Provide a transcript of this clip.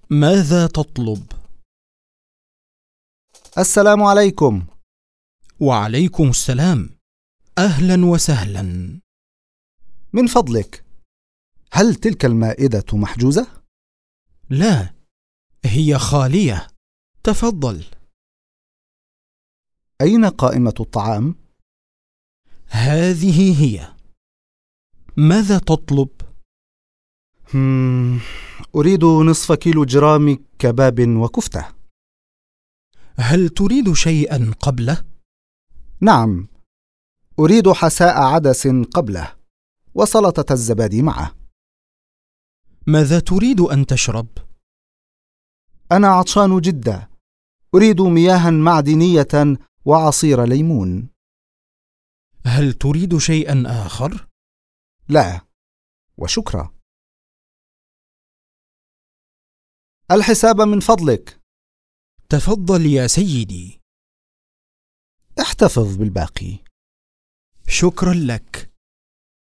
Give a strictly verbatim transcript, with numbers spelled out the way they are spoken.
ماذا تطلب؟ السلام عليكم. وعليكم السلام. أهلا وسهلا. من فضلك، هل تلك المائدة محجوزة؟ لا، هي خالية. تفضل. أين قائمة الطعام؟ هذه هي. ماذا تطلب؟ هم... أريد نصف كيلو جرام كباب وكفتة. هل تريد شيئا قبله؟ نعم، أريد حساء عدس قبله وسلطة الزبادي معه. ماذا تريد أن تشرب؟ أنا عطشان جدا، أريد مياه معدنية وعصير ليمون. هل تريد شيئا آخر؟ لا، وشكرا. الحساب من فضلك. تفضل يا سيدي. احتفظ بالباقي. شكرا لك.